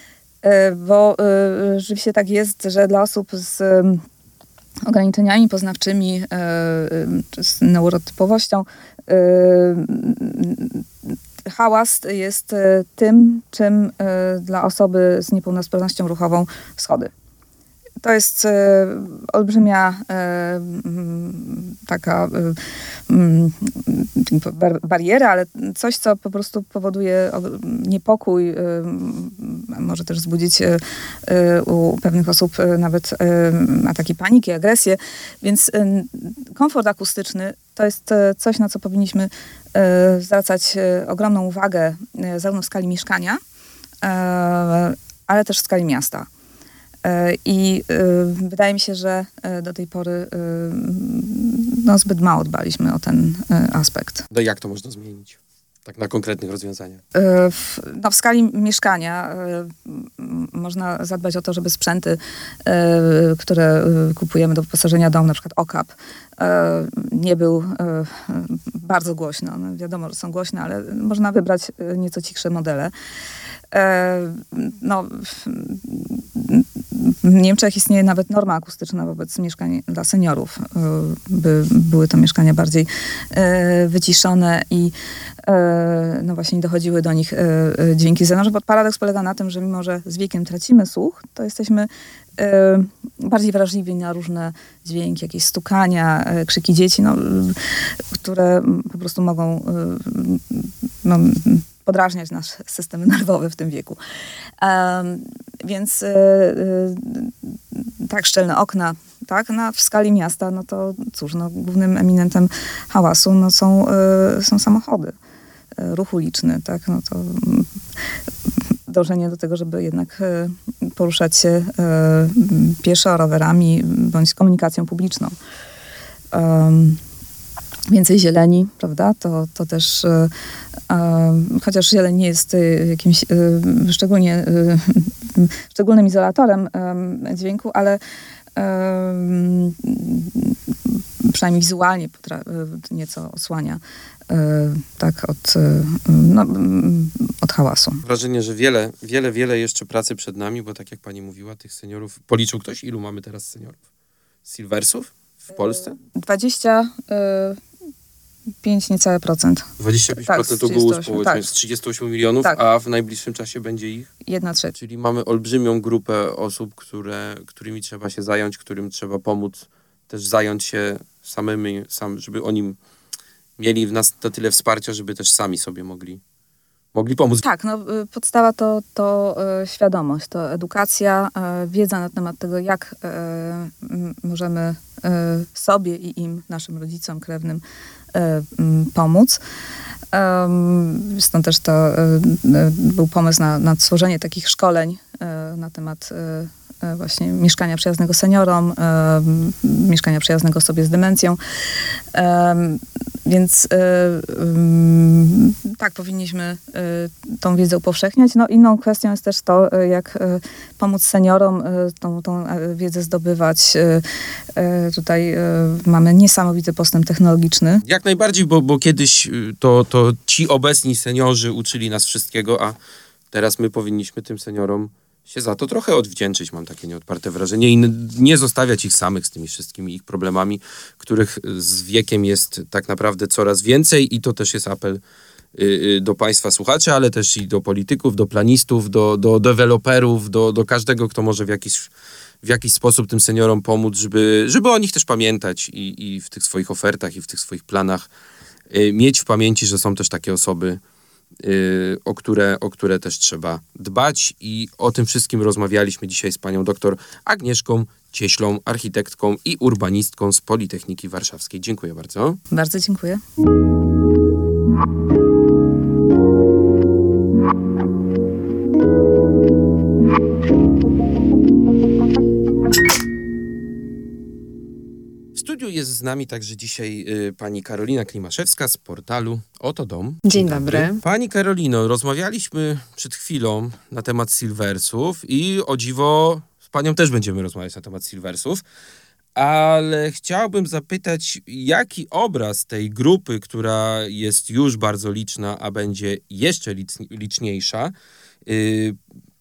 Bo y, rzeczywiście tak jest, że dla osób z y, ograniczeniami poznawczymi y, czy z neurotypowością y, y, hałas jest y, tym, czym y, dla osoby z niepełnosprawnością ruchową schody. To jest y, olbrzymia y, taka y, bar- bariera, ale coś, co po prostu powoduje niepokój, y, może też wzbudzić y, y, u pewnych osób y, nawet y, ataki paniki, agresję. Więc y, komfort akustyczny to jest y, coś, na co powinniśmy y, zwracać y, ogromną uwagę y, zarówno w skali mieszkania, y, ale też w skali miasta. I y, wydaje mi się, że y, do tej pory y, no, zbyt mało dbaliśmy o ten y, aspekt. No jak to można zmienić? Tak na konkretnych rozwiązaniach. Y, w, no, w skali mieszkania y, można zadbać o to, żeby sprzęty, y, które y, kupujemy do wyposażenia domu, na przykład okap, y, nie był y, bardzo głośno. No, wiadomo, że są głośne, ale można wybrać y, nieco cichsze modele. No, w Niemczech istnieje nawet norma akustyczna wobec mieszkań dla seniorów, by były to mieszkania bardziej wyciszone i no właśnie nie dochodziły do nich dźwięki z zewnątrz, bo paradoks polega na tym, że mimo, że z wiekiem tracimy słuch, to jesteśmy bardziej wrażliwi na różne dźwięki, jakieś stukania, krzyki dzieci, no, które po prostu mogą no, podrażniać nasz system nerwowy w tym wieku. Um, więc y, y, tak, szczelne okna, tak, na, w skali miasta, no to cóż, no, głównym eminentem hałasu no, są, y, są samochody, y, ruch uliczny, tak, no to y, dążenie do tego, żeby jednak y, poruszać się y, pieszo, rowerami, bądź komunikacją publiczną. Um, Więcej zieleni, prawda? To, to też, e, e, chociaż zieleń nie jest e, jakimś e, szczególnie, e, szczególnym izolatorem e, dźwięku, ale e, przynajmniej wizualnie potra- nieco osłania e, tak od, e, no, od hałasu. Wrażenie, że wiele, wiele, wiele jeszcze pracy przed nami, bo tak jak pani mówiła, tych seniorów, policzył ktoś, ilu mamy teraz seniorów? Silversów w Polsce? dwadzieścia pięć niecałe procent. dwadzieścia pięć procent tak, ogółu trzydzieści osiem, społeczeństwa tak. z trzydziestu ośmiu milionów, Tak. a w najbliższym czasie będzie ich? Jedna trzecia. Czyli mamy olbrzymią grupę osób, które, którymi trzeba się zająć, którym trzeba pomóc, też zająć się samymi, sam, żeby oni mieli w nas na tyle wsparcia, żeby też sami sobie mogli, mogli pomóc. Tak, no, y, podstawa to, to y, świadomość, to edukacja, y, wiedza na temat tego, jak y, m, możemy y, sobie i im, naszym rodzicom, krewnym y, m, pomóc. Ym, Stąd też to y, y, był pomysł na, na stworzenie takich szkoleń y, na temat y, y, właśnie mieszkania przyjaznego seniorom, y, mieszkania przyjaznego osobie z demencją. Ym, Więc y, y, tak, powinniśmy y, tą wiedzę upowszechniać. No, inną kwestią jest też to, y, jak y, pomóc seniorom y, tą, tą y, wiedzę zdobywać. Y, y, tutaj y, mamy niesamowity postęp technologiczny. Jak najbardziej, bo, bo kiedyś y, to, to ci obecni seniorzy uczyli nas wszystkiego, a teraz my powinniśmy tym seniorom się za to trochę odwdzięczyć, mam takie nieodparte wrażenie, i n- nie zostawiać ich samych z tymi wszystkimi ich problemami, których z wiekiem jest tak naprawdę coraz więcej, i to też jest apel y, y, do państwa słuchaczy, ale też i do polityków, do planistów, do, do deweloperów, do, do każdego, kto może w jakiś, w jakiś sposób tym seniorom pomóc, żeby, żeby o nich też pamiętać i, i w tych swoich ofertach i w tych swoich planach y, mieć w pamięci, że są też takie osoby, Yy, o, które, o które też trzeba dbać, i o tym wszystkim rozmawialiśmy dzisiaj z panią doktor Agnieszką Cieślą, architektką i urbanistką z Politechniki Warszawskiej. Dziękuję bardzo. Bardzo dziękuję. W studiu jest z nami także dzisiaj y, pani Karolina Klimaszewska z portalu Oto Dom. Dzień dobry. Pani Karolino, rozmawialiśmy przed chwilą na temat Silversów i o dziwo z panią też będziemy rozmawiać na temat Silversów, ale chciałbym zapytać, jaki obraz tej grupy, która jest już bardzo liczna, a będzie jeszcze lic- liczniejsza, y,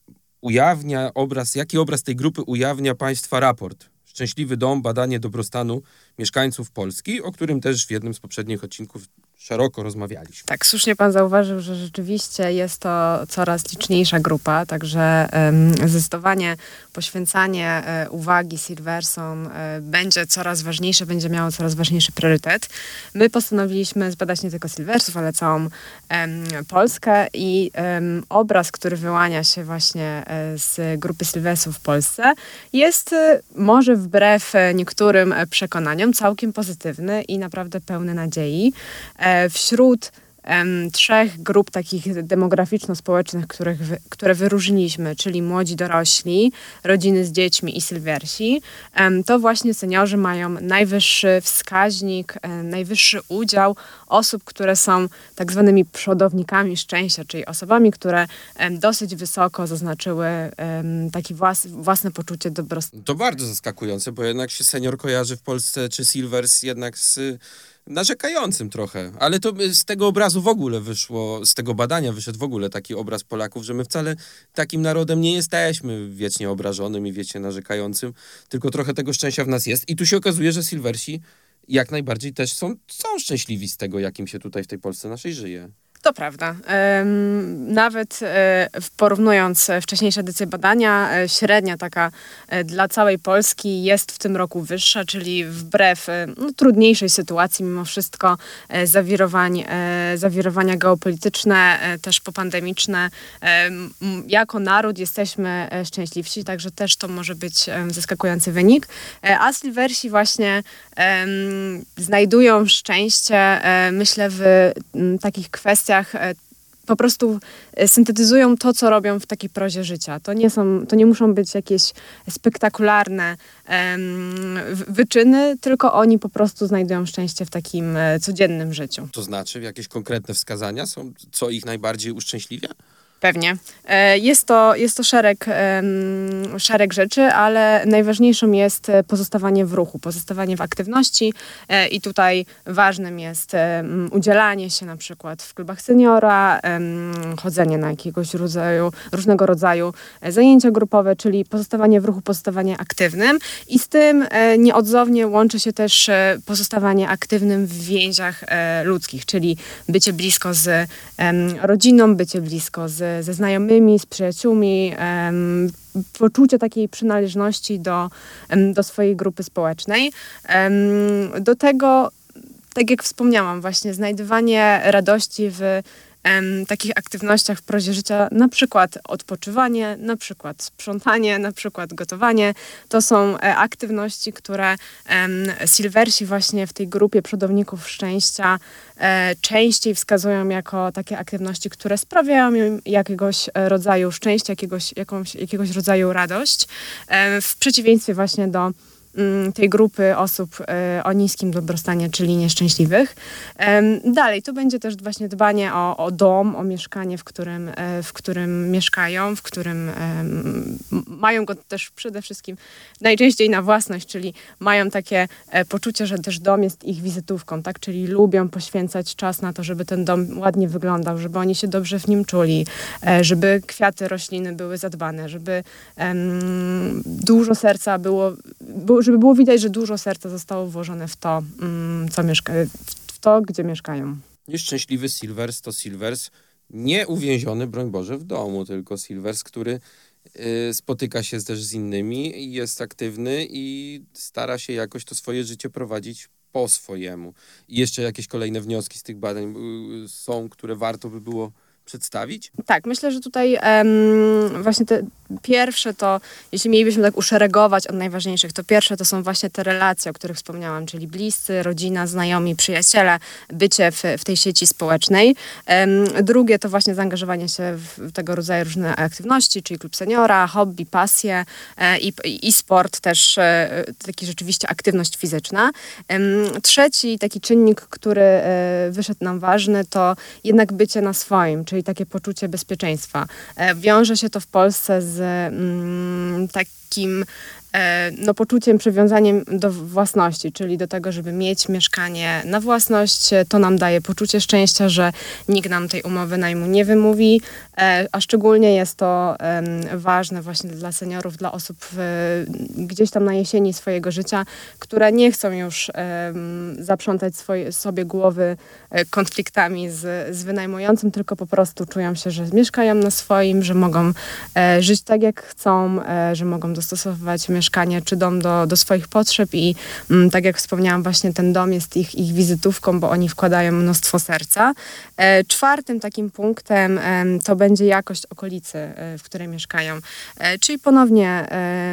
ujawnia obraz, jaki obraz tej grupy ujawnia państwa raport Szczęśliwy Dom, badanie dobrostanu mieszkańców Polski, o którym też w jednym z poprzednich odcinków szeroko rozmawialiśmy. Tak, słusznie pan zauważył, że rzeczywiście jest to coraz liczniejsza grupa, także um, zdecydowanie poświęcanie e, uwagi Silversom e, będzie coraz ważniejsze, będzie miało coraz ważniejszy priorytet. My postanowiliśmy zbadać nie tylko Silversów, ale całą em, Polskę, i em, obraz, który wyłania się właśnie e, z grupy Silversów w Polsce, jest e, może wbrew e, niektórym e, przekonaniom całkiem pozytywny i naprawdę pełny nadziei. E, Wśród em, trzech grup takich demograficzno-społecznych, których wy, które wyróżniliśmy, czyli młodzi dorośli, rodziny z dziećmi i Silversi, em, to właśnie seniorzy mają najwyższy wskaźnik, em, najwyższy udział osób, które są tak zwanymi przodownikami szczęścia, czyli osobami, które em, dosyć wysoko zaznaczyły em, takie włas, własne poczucie dobrostanu. To bardzo zaskakujące, bo jednak się senior kojarzy w Polsce, czy Silvers, jednak z narzekającym trochę. Ale to z tego obrazu w ogóle wyszło, z tego badania wyszedł w ogóle taki obraz Polaków, że my wcale takim narodem nie jesteśmy wiecznie obrażonym i wiecznie narzekającym, tylko trochę tego szczęścia w nas jest. I tu się okazuje, że Silversi jak najbardziej też są, są szczęśliwi z tego, jakim się tutaj w tej Polsce naszej żyje. To prawda. Ym, nawet y, porównując wcześniejsze edycje badania, y, średnia taka y, dla całej Polski jest w tym roku wyższa, czyli wbrew y, no, trudniejszej sytuacji, mimo wszystko y, zawirowań, y, zawirowania geopolityczne, y, też popandemiczne, y, m, jako naród jesteśmy y, szczęśliwsi, także też to może być y, zaskakujący wynik. Y, a Silversi właśnie y, znajdują szczęście, y, myślę, w y, takich kwestiach, po prostu syntetyzują to, co robią w takiej prozie życia. To nie są, to nie muszą być jakieś spektakularne um, wyczyny, tylko oni po prostu znajdują szczęście w takim e, codziennym życiu. To znaczy, jakieś konkretne wskazania są, co ich najbardziej uszczęśliwia? Pewnie. E, Jest to, jest to szereg, em, szereg rzeczy, ale najważniejszą jest e, pozostawanie w ruchu, pozostawanie w aktywności e, i tutaj ważnym jest em, udzielanie się na przykład w klubach seniora, em, chodzenie na jakiegoś rodzaju, różnego rodzaju e, zajęcia grupowe, czyli pozostawanie w ruchu, pozostawanie aktywnym i z tym e, nieodzownie łączy się też e, pozostawanie aktywnym w więziach e, ludzkich, czyli bycie blisko z em, rodziną, bycie blisko z ze znajomymi, z przyjaciółmi, em, poczucie takiej przynależności do, em, do swojej grupy społecznej. Em, do tego, tak jak wspomniałam, właśnie znajdywanie radości w em, takich aktywnościach w prozie życia, na przykład odpoczywanie, na przykład sprzątanie, na przykład gotowanie. To są e, aktywności, które em, Silversi właśnie w tej grupie przodowników szczęścia e, częściej wskazują jako takie aktywności, które sprawiają im jakiegoś e, rodzaju szczęście, jakiegoś, jakąś, jakiegoś rodzaju radość. E, w przeciwieństwie właśnie do tej grupy osób e, o niskim dobrostanie, czyli nieszczęśliwych. E, dalej, tu będzie też właśnie dbanie o, o dom, o mieszkanie, w którym, e, w którym mieszkają, w którym e, m, mają go też przede wszystkim najczęściej na własność, czyli mają takie e, poczucie, że też dom jest ich wizytówką, tak? Czyli lubią poświęcać czas na to, żeby ten dom ładnie wyglądał, żeby oni się dobrze w nim czuli, e, żeby kwiaty, rośliny były zadbane, żeby em, dużo serca było, było żeby było widać, że dużo serca zostało włożone w to, co mieszka, w to, gdzie mieszkają. Nieszczęśliwy Silvers to Silvers nie uwięziony, broń Boże, w domu, tylko Silvers, który y, spotyka się też z innymi i jest aktywny i stara się jakoś to swoje życie prowadzić po swojemu. I jeszcze jakieś kolejne wnioski z tych badań y, są, które warto by było przedstawić? Tak, myślę, że tutaj em, właśnie te pierwsze to, jeśli mielibyśmy tak uszeregować od najważniejszych, to pierwsze to są właśnie te relacje, o których wspomniałam, czyli bliscy, rodzina, znajomi, przyjaciele, bycie w, w tej sieci społecznej. Em, drugie to właśnie zaangażowanie się w tego rodzaju różne aktywności, czyli klub seniora, hobby, pasje e, i, i sport też, e, taki rzeczywiście aktywność fizyczna. Em, trzeci taki czynnik, który e, wyszedł nam ważny, to jednak bycie na swoim, czyli takie poczucie bezpieczeństwa. E, wiąże się to w Polsce z mm, takim e, no, poczuciem, przywiązaniem do własności, czyli do tego, żeby mieć mieszkanie na własność. To nam daje poczucie szczęścia, że nikt nam tej umowy najmu nie wymówi, e, a szczególnie jest to e, ważne właśnie dla seniorów, dla osób w, gdzieś tam na jesieni swojego życia, które nie chcą już e, zaprzątać swoje, sobie głowy e, konfliktami z, z wynajmującym, tylko po prostu czują się, że mieszkają na swoim, że mogą e, żyć tak, jak chcą, e, że mogą dostosowywać mieszkanie czy dom do, do swoich potrzeb i mm, tak jak wspomniałam, właśnie ten dom jest ich, ich wizytówką, bo oni wkładają mnóstwo serca. E, czwartym takim punktem e, to będzie jakość okolicy, e, w której mieszkają. E, czyli ponownie e,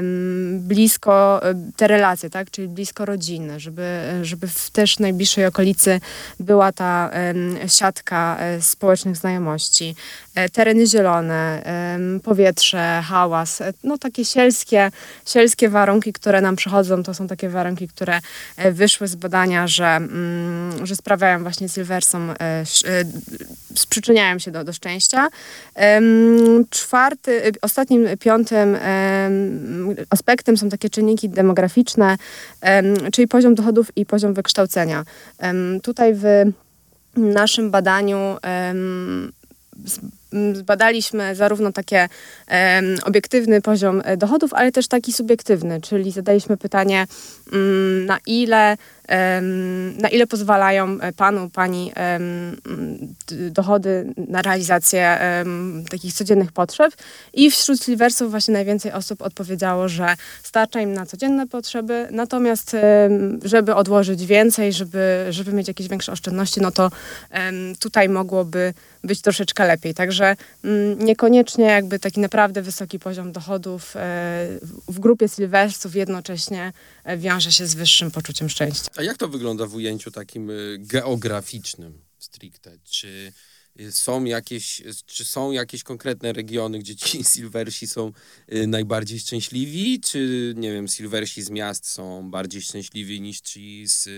blisko e, te relacje, tak? Czyli blisko rodziny, żeby, żeby w też najbliższej okolicy była ta e, siatka e, społecznych znajomości. E, tereny zielone, e, powietrze, hałas, e, no takie sielskie, sielskie warunki, które nam przychodzą, to są takie warunki, które e, wyszły z badania, że, mm, że sprawiają właśnie Silversom, e, e, przyczyniają się do, do szczęścia. E, czwarty, e, ostatnim, piątym e, aspektem są takie czynniki demograficzne, e, czyli poziom dochodów i poziom wykształcenia. E, tutaj w naszym badaniu e, zbadaliśmy zarówno takie um, obiektywny poziom dochodów, ale też taki subiektywny, czyli zadaliśmy pytanie, um, na ile um, na ile pozwalają panu, pani um, dochody na realizację um, takich codziennych potrzeb i wśród Silversów właśnie najwięcej osób odpowiedziało, że starcza im na codzienne potrzeby, natomiast um, żeby odłożyć więcej, żeby, żeby mieć jakieś większe oszczędności, no to um, tutaj mogłoby być troszeczkę lepiej. Także mm, niekoniecznie jakby taki naprawdę wysoki poziom dochodów e, w grupie Silversów jednocześnie e, wiąże się z wyższym poczuciem szczęścia. A jak to wygląda w ujęciu takim y, geograficznym stricte? Czy y, są jakieś, czy są jakieś konkretne regiony, gdzie ci Silversi są y, najbardziej szczęśliwi? Czy, nie wiem, Silversi z miast są bardziej szczęśliwi niż ci z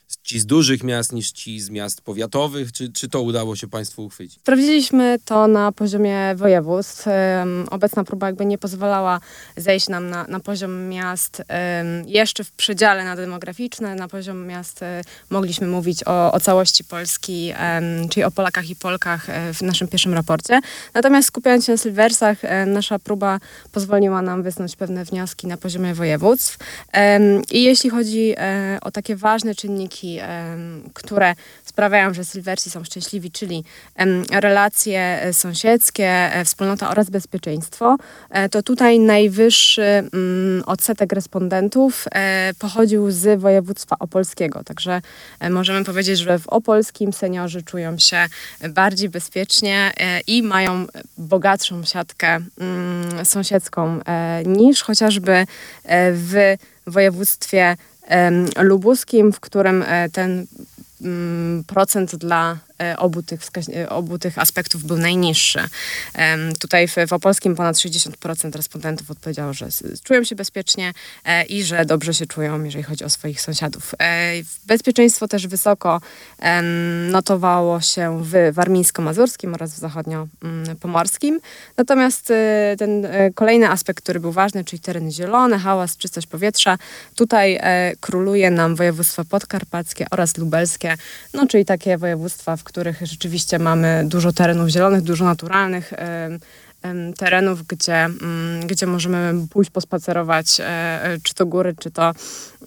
ci z dużych miast niż ci z miast powiatowych? Czy, czy to udało się Państwu uchwycić? Sprawdziliśmy to na poziomie województw. Ym, Obecna próba jakby nie pozwalała zejść nam na, na poziom miast ym, jeszcze w przedziale na demograficzne. Na poziom miast y, mogliśmy mówić o, o całości Polski, ym, czyli o Polakach i Polkach y, w naszym pierwszym raporcie. Natomiast skupiając się na Silversach, y, nasza próba pozwoliła nam wysnuć pewne wnioski na poziomie województw. Ym, I jeśli chodzi y, o takie ważne czynniki, y, które sprawiają, że Silversi są szczęśliwi, czyli em, relacje e, sąsiedzkie, e, wspólnota oraz bezpieczeństwo, e, to tutaj najwyższy mm, odsetek respondentów e, pochodził z województwa opolskiego. Także e, możemy powiedzieć, że w opolskim seniorzy czują się bardziej bezpiecznie e, i mają bogatszą siatkę mm, sąsiedzką e, niż chociażby e, w województwie em, lubuskim, w którym e, ten procent dla obu tych, obu tych aspektów był najniższy. Tutaj w, w opolskim ponad sześćdziesiąt procent respondentów odpowiedziało, że czują się bezpiecznie i że dobrze się czują, jeżeli chodzi o swoich sąsiadów. Bezpieczeństwo też wysoko notowało się w warmińsko-mazurskim oraz w zachodnio-pomorskim. Natomiast ten kolejny aspekt, który był ważny, czyli tereny zielone, hałas, czystość powietrza, tutaj króluje nam województwo podkarpackie oraz lubelskie, no czyli takie województwa, w których rzeczywiście mamy dużo terenów zielonych, dużo naturalnych y, y, terenów, gdzie, y, gdzie możemy pójść pospacerować, y, y, czy to góry, czy to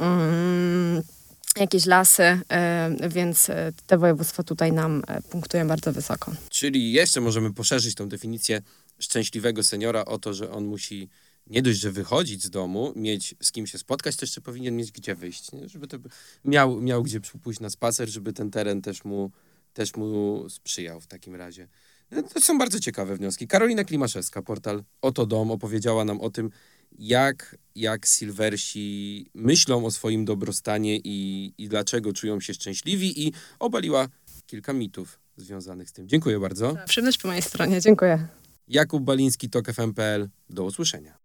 y, jakieś lasy, y, więc te województwa tutaj nam punktują bardzo wysoko. Czyli jeszcze możemy poszerzyć tą definicję szczęśliwego seniora o to, że on musi nie dość, że wychodzić z domu, mieć z kim się spotkać, to jeszcze powinien mieć gdzie wyjść, nie? Żeby to miał, miał gdzie pójść na spacer, żeby ten teren też mu, też mu sprzyjał w takim razie. No, to są bardzo ciekawe wnioski. Karolina Klimaszewska, portal Oto Dom, opowiedziała nam o tym, jak, jak Silversi myślą o swoim dobrostanie i, i dlaczego czują się szczęśliwi i obaliła kilka mitów związanych z tym. Dziękuję bardzo. Przyjemność po mojej stronie. Dziękuję. Jakub Baliński, Tok F M kropka pe el. Do usłyszenia.